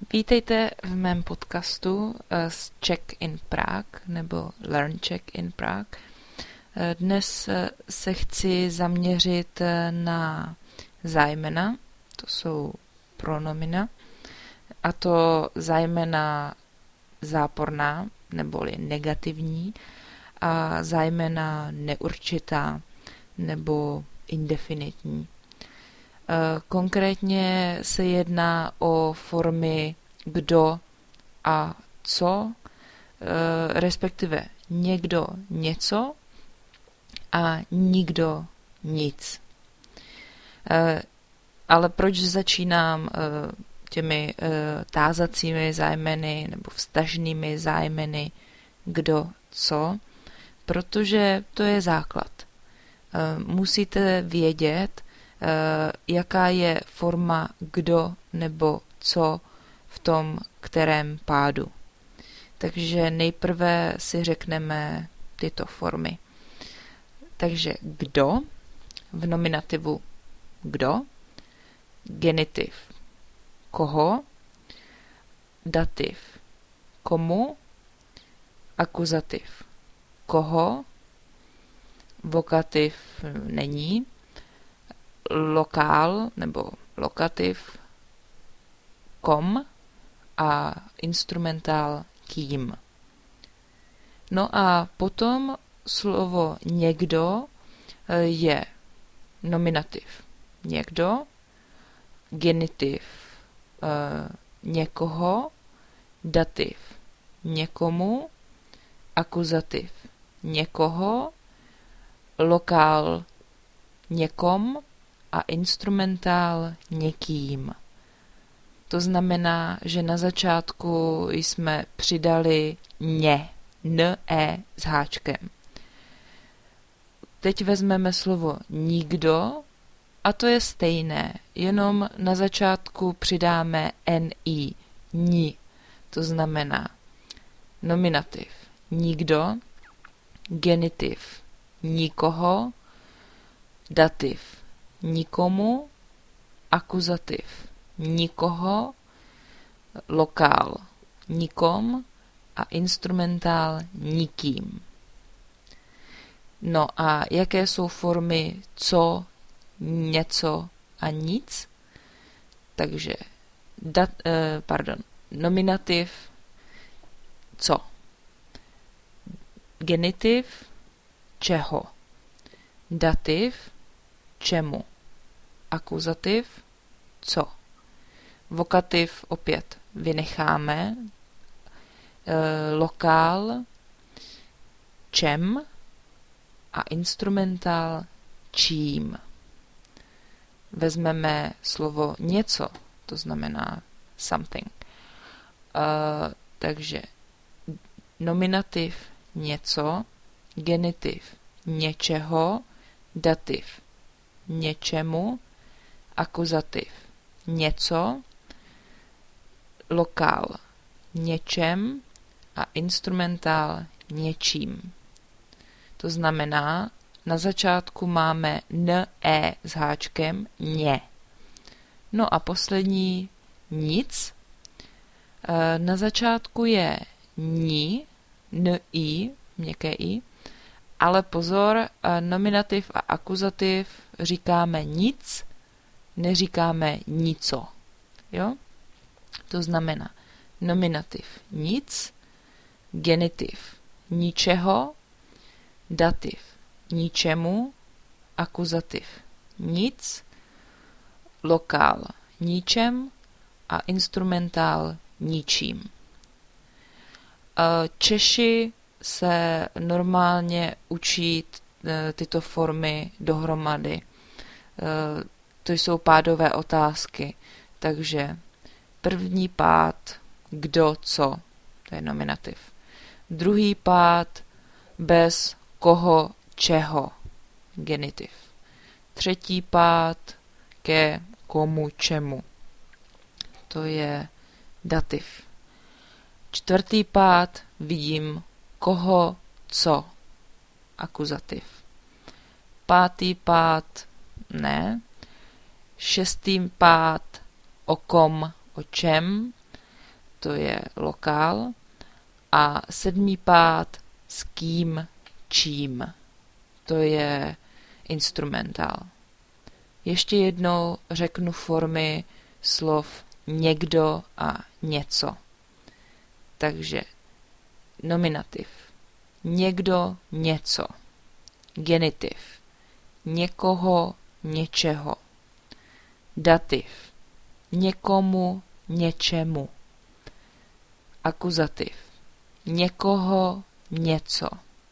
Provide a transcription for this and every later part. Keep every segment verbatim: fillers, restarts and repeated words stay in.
Vítejte v mém podcastu z Czech in Prague nebo Learn Czech in Prague. Dnes se chci zaměřit na zájmena, to jsou pronomina, a to zájmena záporná neboli negativní a zájmena neurčitá nebo indefinitní. Konkrétně se jedná o formy kdo a co, respektive někdo něco a nikdo nic. Ale proč začínám těmi tázacími zájmeny nebo vztažnými zájmeny kdo co? Protože to je základ. Musíte vědět, jaká je forma kdo nebo co v tom kterém pádu. Takže nejprve si řekneme tyto formy. Takže kdo v nominativu kdo, genitiv koho, dativ komu, akuzativ koho, vokativ není, lokál nebo lokativ kom a instrumentál kým. No a potom slovo někdo je nominativ někdo, genitiv někoho, dativ někomu, akuzativ někoho, lokál někom a instrumentál někým. To znamená, že na začátku jsme přidali ně, n, e s háčkem. Teď vezmeme slovo nikdo a to je stejné, jenom na začátku přidáme ni, ni. To znamená nominativ nikdo, genitiv nikoho, dativ nikomu, akuzativ nikoho, lokál nikom a instrumentál nikým. No a jaké jsou formy co, něco a nic? Takže dat, eh, pardon, nominativ co, genitiv čeho, dativ čemu, akuzativ co, vokativ opět vynecháme, e, lokál čem a instrumentál čím. Vezmeme slovo něco, to znamená something. E, takže nominativ něco, genitiv něčeho, dativ něčemu, akuzativ něco, lokál něčem a instrumentál něčím. To znamená, na začátku máme n, e s háčkem ně. No a poslední nic. Na začátku je ni, n, i, měkké i, ale pozor, nominativ a akuzativ říkáme nic, neříkáme nico. Jo? To znamená nominativ nic, genitiv ničeho, dativ ničemu, akuzativ nic, lokál ničem a instrumentál ničím. Češi se normálně učí tyto formy dohromady. To jsou pádové otázky. Takže první pád kdo co, to je nominativ. Druhý pád bez koho čeho, genitiv. Třetí pád ke komu čemu, to je dativ. Čtvrtý pád vidím koho co, akuzativ. Pátý pád ne. Šestý pád o kom, o čem. to je lokál a sedmý pád s kým, čím, to je instrumentál. Ještě jednou řeknu formy slov někdo a něco. Takže nominativ. Někdo, něco. Genitiv. Někoho, něčeho. Dativ. Někomu, něčemu. Akuzativ. Někoho, něco.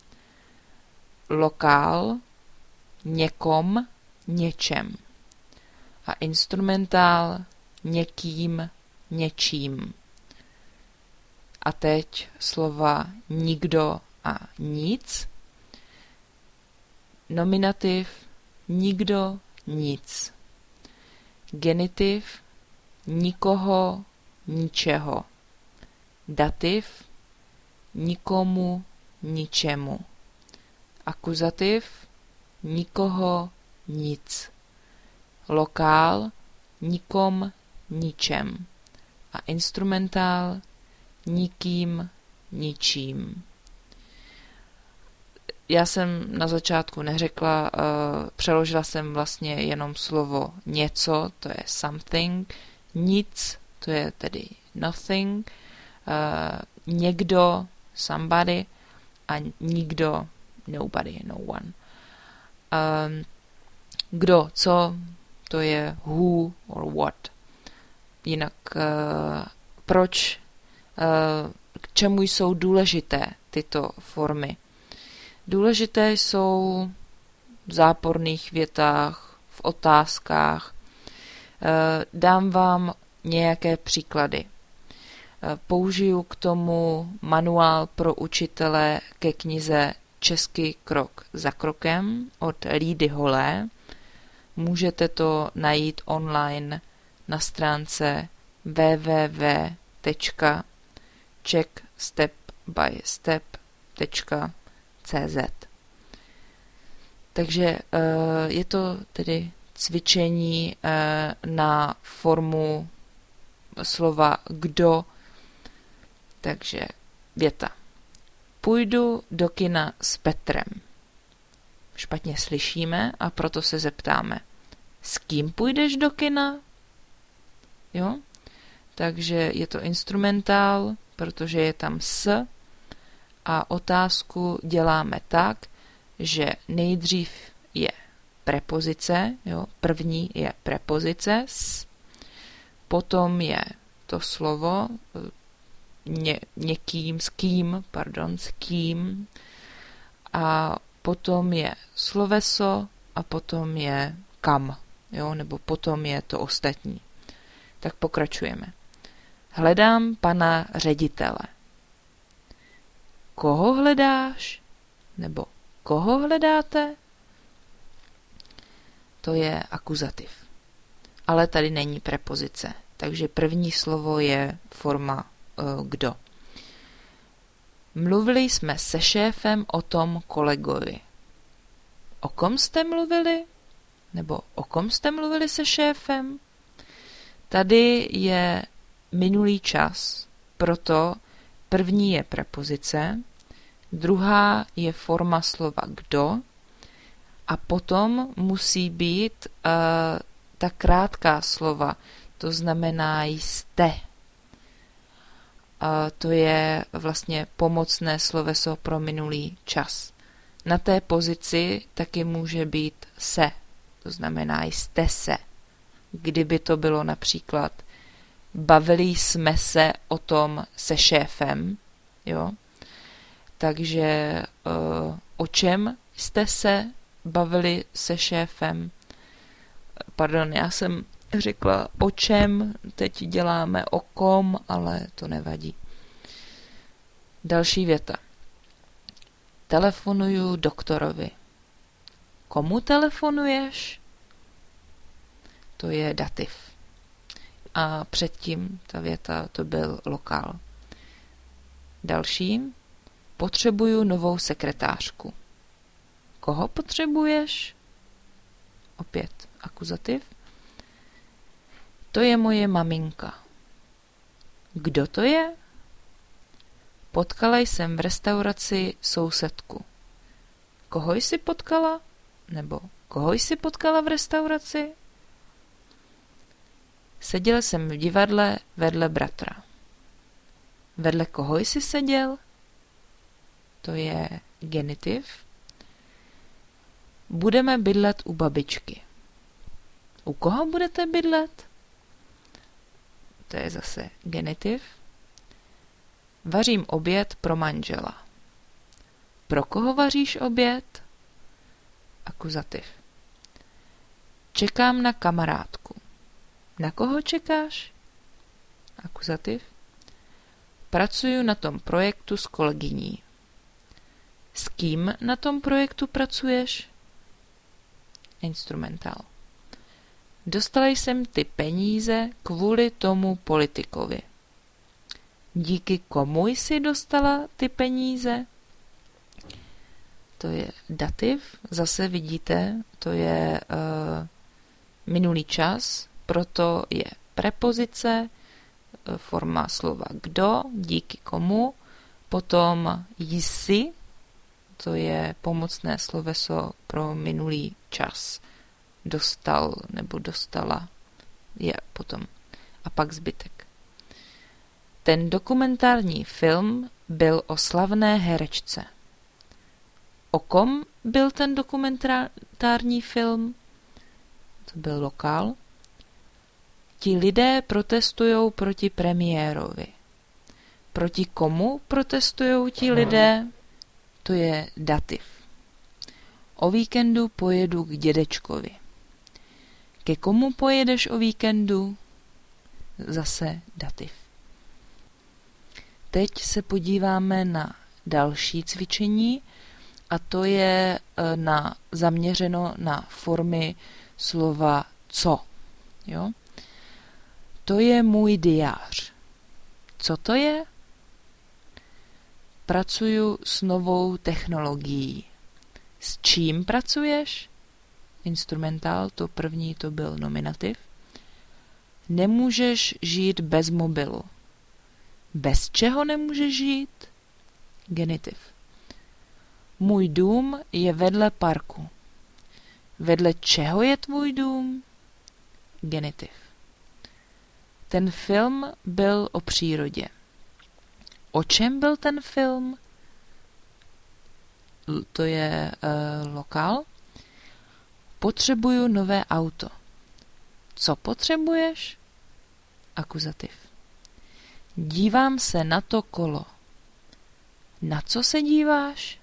Lokál. Někom, něčem. A instrumentál někým, něčím. A teď slova nikdo a nic. Nominativ nikdo, nic. Genitiv nikoho, ničeho. Dativ nikomu, ničemu. Akuzativ nikoho, nic. Lokál nikom, ničem. A instrumentál nikým, ničím. Já jsem na začátku neřekla, uh, přeložila jsem vlastně jenom slovo něco, to je something, nic, to je tedy nothing, uh, někdo, somebody a nikdo, nobody, no one. Um, kdo, co, to je who or what. Jinak uh, proč, uh, k čemu jsou důležité tyto formy? Důležité jsou v záporných větách, v otázkách. Dám vám nějaké příklady. Použiju k tomu manuál pro učitele ke knize Česky krok za krokem od Lídy Holé. Můžete to najít online na stránce w w w tečka czech step by step tečka c z. Takže je to tedy cvičení na formu slova kdo. Takže věta. Půjdu do kina s Petrem. Špatně slyšíme a proto se zeptáme. S kým půjdeš do kina? Jo? Takže je to instrumentál, protože je tam s a otázku děláme tak, že nejdřív je prepozice, jo? První je prepozice s, potom je to slovo ně, někým, s kým, pardon, s kým a potom je sloveso a potom je kam, jo? Nebo potom je to ostatní. Tak pokračujeme. Hledám pana ředitele. Koho hledáš? Nebo koho hledáte? To je akuzativ. Ale tady není prepozice. Takže první slovo je forma uh, kdo. Mluvili jsme se šéfem o tom kolegovi. O kom jste mluvili? Nebo o kom jste mluvili se šéfem? Tady je minulý čas, proto první je prepozice, druhá je forma slova kdo a potom musí být uh, ta krátká slova, to znamená jste. Uh, to je vlastně pomocné sloveso pro minulý čas. Na té pozici taky může být se, to znamená jste se. Kdyby to bylo například bavili jsme se o tom se šéfem, jo. Takže uh, o čem jste se bavili se šéfem? Pardon, já jsem řekla o čem, teď děláme o kom, ale to nevadí. Další věta. Telefonuju doktorovi. Komu telefonuješ? To je dativ. A předtím ta věta to byl lokál. Další. Potřebuju novou sekretářku. Koho potřebuješ? Opět akuzativ. To je moje maminka. Kdo to je? Potkala jsem v restauraci sousedku. Koho jsi potkala? Nebo koho jsi potkala v restauraci? Seděl jsem v divadle vedle bratra. Vedle koho jsi seděl? To je genitiv. Budeme bydlet u babičky. U koho budete bydlet? To je zase genitiv. Vařím oběd pro manžela. Pro koho vaříš oběd? Akuzativ. Čekám na kamarádku. Na koho čekáš? Akuzativ. Pracuju na tom projektu s kolegyní. S kým na tom projektu pracuješ? Instrumentál. Dostala jsem ty peníze kvůli tomu politikovi. Díky komu jsi dostala ty peníze? To je dativ. Zase vidíte, to je uh, minulý čas, proto je prepozice, forma slova kdo, díky komu, potom jsi, to je pomocné sloveso pro minulý čas. Dostal nebo dostala je potom. A pak zbytek. Ten dokumentární film byl o slavné herečce. O kom byl ten dokumentární film? To byl lokál. Ti lidé protestujou proti premiérovi. Proti komu protestují ti lidé? To je dativ. O víkendu pojedu k dědečkovi. Ke komu pojedeš o víkendu? Zase dativ. Teď se podíváme na další cvičení a to je na, zaměřeno na formy slova co. Jo? To je můj diář. Co to je? Pracuju s novou technologií. S čím pracuješ? Instrumentál, to první to byl nominativ. Nemůžeš žít bez mobilu. Bez čeho nemůžeš žít? Genitiv. Můj dům je vedle parku. Vedle čeho je tvůj dům? Genitiv. Ten film byl o přírodě. O čem byl ten film? To je uh, lokál. Potřebuju nové auto. Co potřebuješ? Akuzativ. Dívám se na to kolo. Na co se díváš?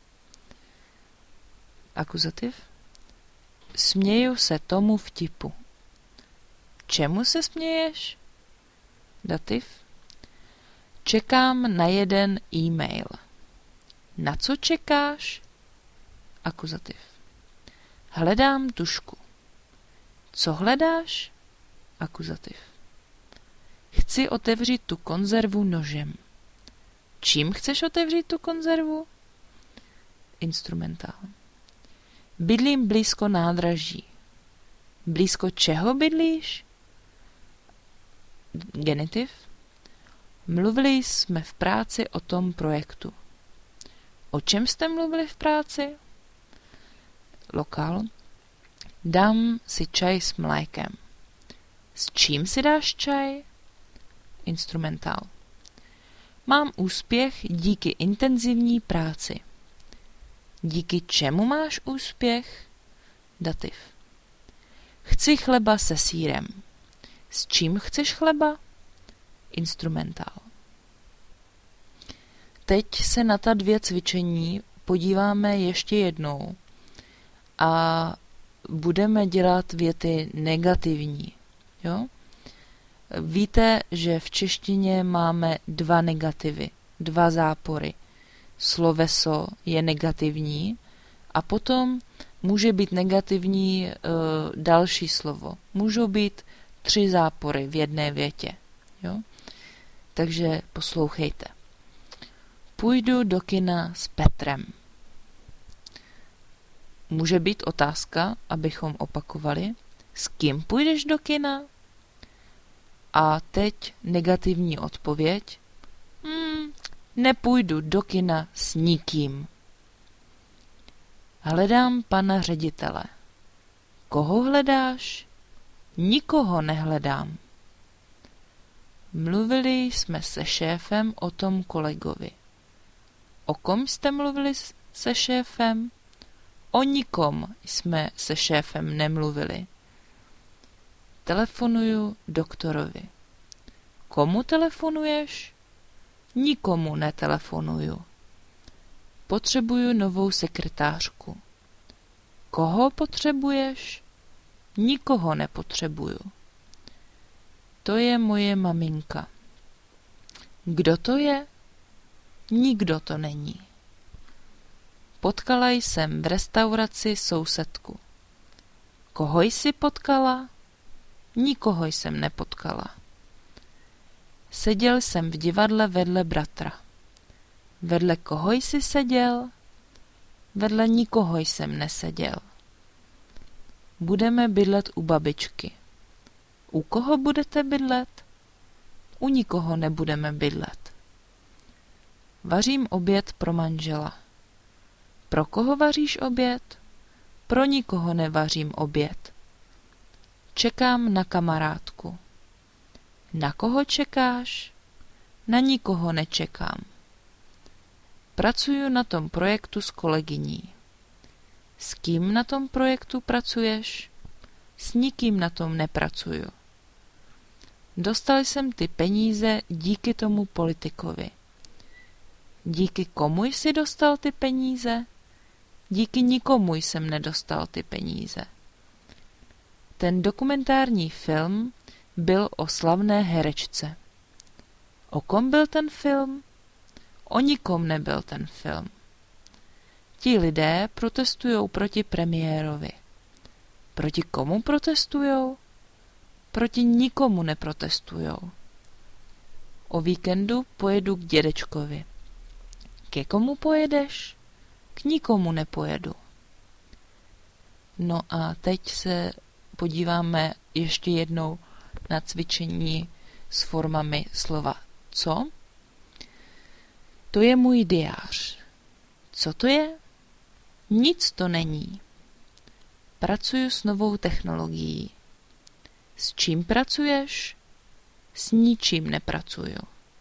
Akuzativ. Směju se tomu vtipu. Čemu se směješ? Dativ. Čekám na jeden e-mail. Na co čekáš? Akuzativ. Hledám tužku. Co hledáš? Akuzativ. Chci otevřít tu konzervu nožem. Čím chceš otevřít tu konzervu? Instrumentál. Bydlím blízko nádraží. Blízko čeho bydlíš? Genitiv. Mluvili jsme v práci o tom projektu. O čem jste mluvili v práci? Lokál. Dám si čaj s mlékem. S čím si dáš čaj? Instrumentál. Mám úspěch díky intenzivní práci. Díky čemu máš úspěch? Dativ. Chci chleba se sýrem. S čím chceš chleba? Instrumentál. Teď se na ta dvě cvičení podíváme ještě jednou a budeme dělat věty negativní. Jo? Víte, že v češtině máme dva negativy, dva zápory. Sloveso je negativní a potom může být negativní e, další slovo. Můžou být tři zápory v jedné větě. Jo? Takže poslouchejte. Půjdu do kina s Petrem. Může být otázka, abychom opakovali. S kým půjdeš do kina? A teď negativní odpověď. Hmm, nepůjdu do kina s nikým. Hledám pana ředitele. Koho hledáš? Nikoho nehledám. Mluvili jsme se šéfem o tom kolegovi. O kom jste mluvili se šéfem? O nikom jsme se šéfem nemluvili. Telefonuju doktorovi. Komu telefonuješ? Nikomu netelefonuju. Potřebuju novou sekretářku. Koho potřebuješ? Nikoho nepotřebuju. To je moje maminka. Kdo to je? Nikdo to není. Potkala jsem v restauraci sousedku. Koho jsi potkala? Nikoho jsem nepotkala. Seděl jsem v divadle vedle bratra. Vedle koho jsi seděl? Vedle nikoho jsem neseděl. Budeme bydlet u babičky. U koho budete bydlet? U nikoho nebudeme bydlet. Vařím oběd pro manžela. Pro koho vaříš oběd? Pro nikoho nevařím oběd. Čekám na kamarádku. Na koho čekáš? Na nikoho nečekám. Pracuju na tom projektu s kolegyní. S kým na tom projektu pracuješ? S nikým na tom nepracuju. Dostal jsem ty peníze díky tomu politikovi. Díky komu jsi dostal ty peníze? Díky nikomu jsem nedostal ty peníze. Ten dokumentární film byl o slavné herečce. O kom byl ten film? O nikom nebyl ten film. Ti lidé protestujou proti premiérovi. Proti komu protestujou? Proti nikomu neprotestujou. O víkendu pojedu k dědečkovi. Ke komu pojedeš? K nikomu nepojedu. No a teď se podíváme ještě jednou na cvičení s formami slova co. To je můj diář. Co to je? Nic to není. Pracuju s novou technologií. S čím pracuješ? S ničím nepracuju.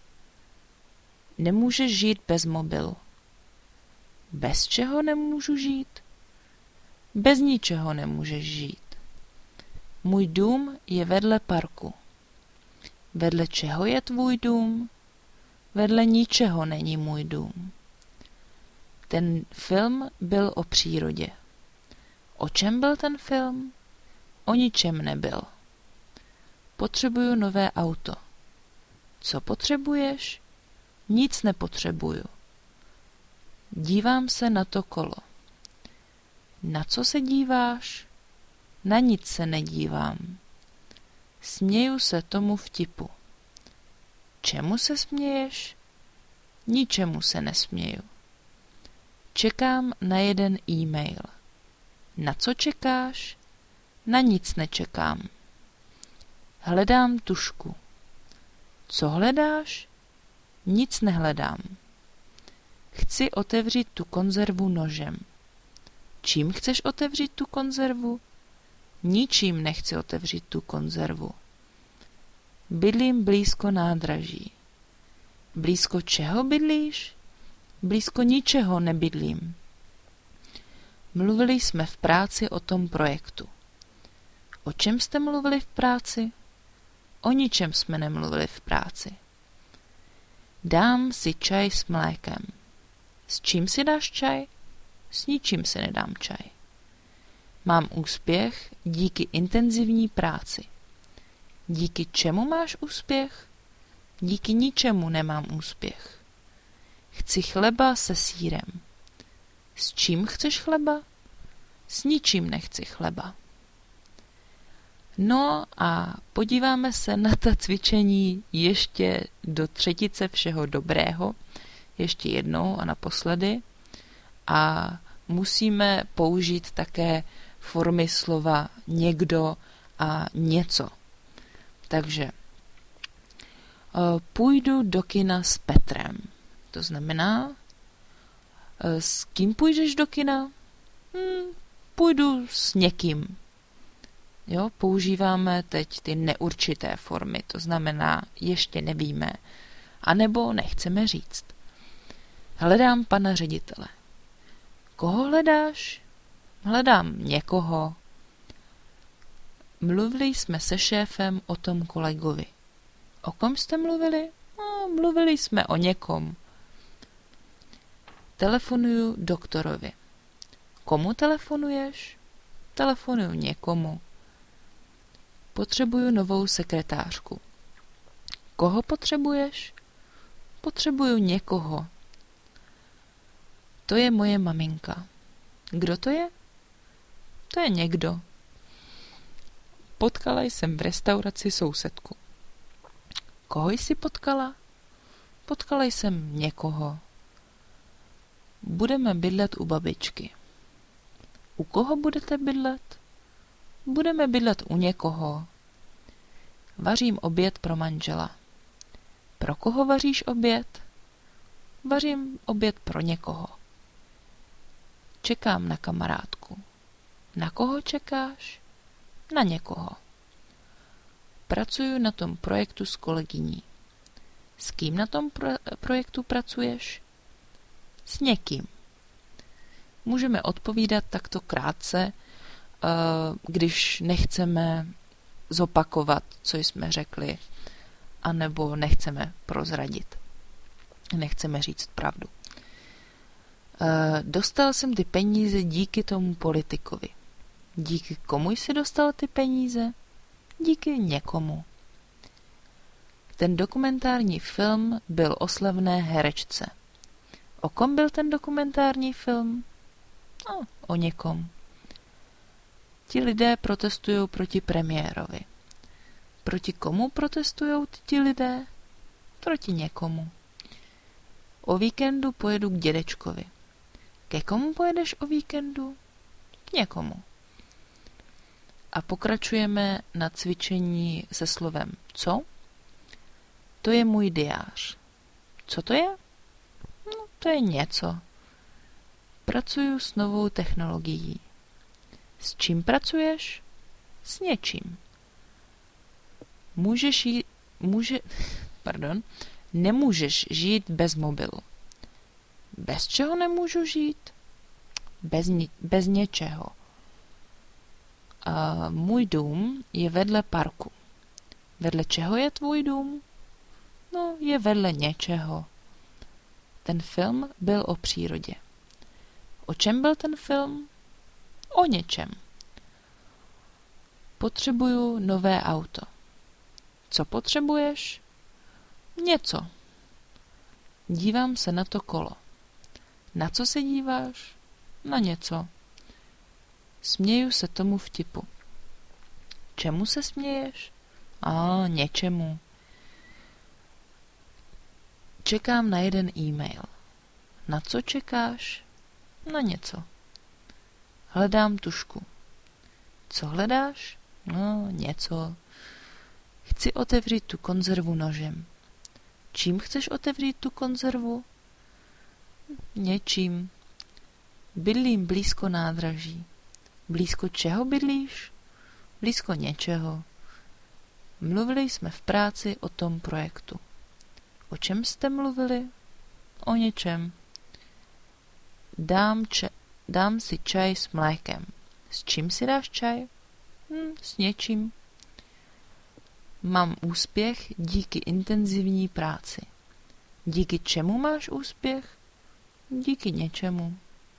Nemůžeš žít bez mobilu. Bez čeho nemůžu žít? Bez ničeho nemůžeš žít. Můj dům je vedle parku. Vedle čeho je tvůj dům? Vedle ničeho není můj dům. Ten film byl o přírodě. O čem byl ten film? O ničem nebyl. Potřebuju nové auto. Co potřebuješ? Nic nepotřebuju. Dívám se na to kolo. Na co se díváš? Na nic se nedívám. Směju se tomu vtipu. Čemu se směješ? Ničemu se nesměju. Čekám na jeden e-mail. Na co čekáš? Na nic nečekám. Hledám tužku. Co hledáš? Nic nehledám. Chci otevřít tu konzervu nožem. Čím chceš otevřít tu konzervu? Ničím nechci otevřít tu konzervu. Bydlím blízko nádraží. Blízko čeho bydlíš? Blízko ničeho nebydlím. Mluvili jsme v práci o tom projektu. O čem jste mluvili v práci? O ničem jsme nemluvili v práci. Dám si čaj s mlékem. S čím si dáš čaj? S ničím si nedám čaj. Mám úspěch díky intenzivní práci. Díky čemu máš úspěch? Díky ničemu nemám úspěch. Chci chleba se sýrem. S čím chceš chleba? S ničím nechci chleba. No a podíváme se na ta cvičení ještě do třetice všeho dobrého, ještě jednou a naposledy. A musíme použít také formy slova někdo a něco. Takže Půjdu do kina s Petrem. To znamená, s kým půjdeš do kina? Hmm, půjdu s někým. Jo, používáme teď ty neurčité formy, to znamená, ještě nevíme, anebo nechceme říct. Hledám pana ředitele. Koho hledáš? Hledám někoho. Mluvili jsme se šéfem o tom kolegovi. O kom jste mluvili? No, mluvili jsme o někom. Telefonuju doktorovi. Komu telefonuješ? Telefonuju někomu. Potřebuju novou sekretářku. Koho potřebuješ? Potřebuju někoho. To je moje maminka. Kdo to je? To je někdo. Potkala jsem v restauraci sousedku. Koho jsi potkala? Potkala jsem někoho. Budeme bydlet u babičky. U koho budete bydlet? Budeme bydlet u někoho. Vařím oběd pro manžela. Pro koho vaříš oběd? Vařím oběd pro někoho. Čekám na kamarádku. Na koho čekáš? Na někoho. Pracuju na tom projektu s kolegyní. S kým na tom pro- projektu pracuješ? S někým. Můžeme odpovídat takto krátce, když nechceme zopakovat, co jsme řekli, anebo nechceme prozradit. Nechceme říct pravdu. Dostal jsem ty peníze díky tomu politikovi. Díky komu jsi dostal ty peníze? Díky někomu. Ten dokumentární film byl o slavné herečce. O kom byl ten dokumentární film? No, o někom. Ti lidé protestují proti premiérovi. Proti komu protestují ti lidé? Proti někomu. O víkendu pojedu k dědečkovi. Ke komu pojedeš o víkendu? K někomu. A pokračujeme na cvičení se slovem co? To je můj diář. Co to je? No, to je něco. Pracuju s novou technologií. S čím pracuješ? S něčím. Můžeš jít, může, pardon, nemůžeš žít bez mobilu. Bez čeho nemůžu žít? Bez, bez něčeho. A můj dům je vedle parku. Vedle čeho je tvůj dům? No, je vedle něčeho. Ten film byl o přírodě. O čem byl ten film? O něčem. Potřebuju nové auto. Co potřebuješ? Něco. Dívám se na to kolo. Na co se díváš? Na něco. Směju se tomu vtipu. Čemu se směješ? A něčemu. Čekám na jeden e-mail. Na co čekáš? Na něco. Hledám tužku. Co hledáš? No, něco. Chci otevřít tu konzervu nožem. Čím chceš otevřít tu konzervu? Něčím. Bydlím blízko nádraží. Blízko čeho bydlíš? Blízko něčeho. Mluvili jsme v práci o tom projektu. O čem jste mluvili? O něčem. Dám, če- dám si čaj s mlékem. S čím si dáš čaj? Hm, s něčím. Mám úspěch díky intenzivní práci. Díky čemu máš úspěch? Díky něčemu.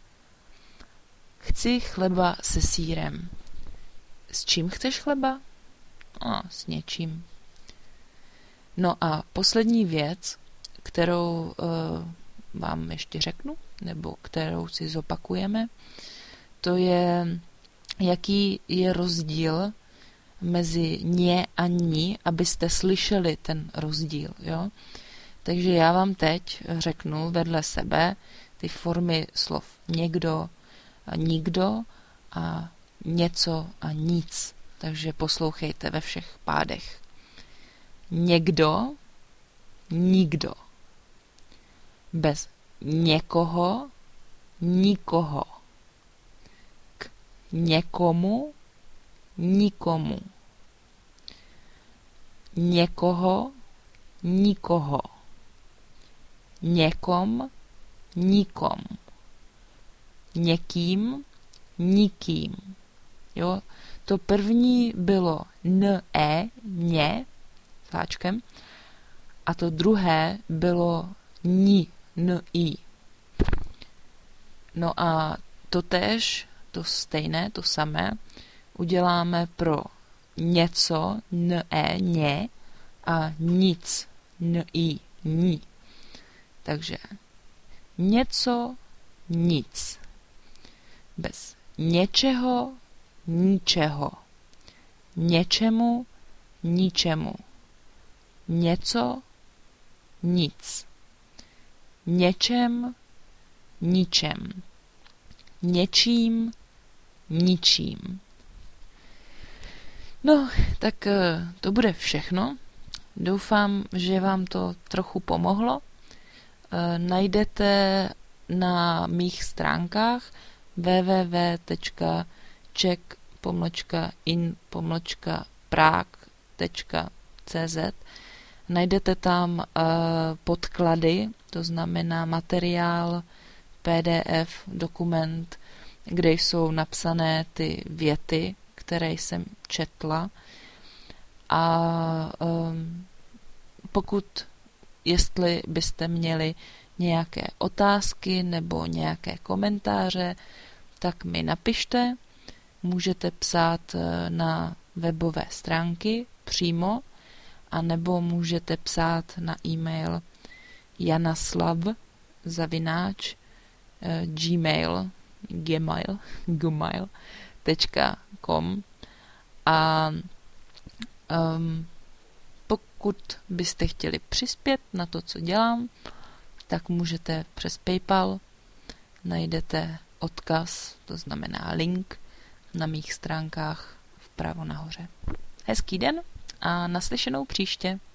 Chci chleba se sýrem. S čím chceš chleba? A, s něčím. No a poslední věc, kterou uh, vám ještě řeknu, nebo kterou si zopakujeme, to je, jaký je rozdíl mezi ně a ní, abyste slyšeli ten rozdíl. Jo? Takže já vám teď řeknu vedle sebe ty formy slov někdo a nikdo a něco a nic. Takže poslouchejte ve všech pádech. Někdo nikdo. Bez někoho, nikoho. K někomu, nikomu. Někoho, nikoho. Někom, nikom. Někým, nikým. Jo? To první bylo n, e, ně, s háčkem, a to druhé bylo ni, n, i. No a to též, to stejné, to samé, uděláme pro něco, n, e, ně, a nic, n, i, ní. Takže něco, nic. Bez něčeho, ničeho. Něčemu, ničemu. Něco, nic. Něčem, ničem. Něčím, ničím. No, tak to bude všechno. Doufám, že vám to trochu pomohlo. Najdete na mých stránkách w w w tečka czech pomlčka in pomlčka prague tečka c z. Najdete tam uh, podklady, to znamená materiál, P D F, dokument, kde jsou napsané ty věty, které jsem četla. A um, pokud, jestli byste měli nějaké otázky nebo nějaké komentáře, tak mi napište. Můžete psát na webové stránky přímo, anebo můžete psát na e-mail janaslav zavináč gmail gmail gmail tečka com a um, pokud byste chtěli přispět na to, co dělám, tak můžete přes PayPal, najdete odkaz, to znamená link na mých stránkách vpravo nahoře. Hezký den a naslyšenou příště.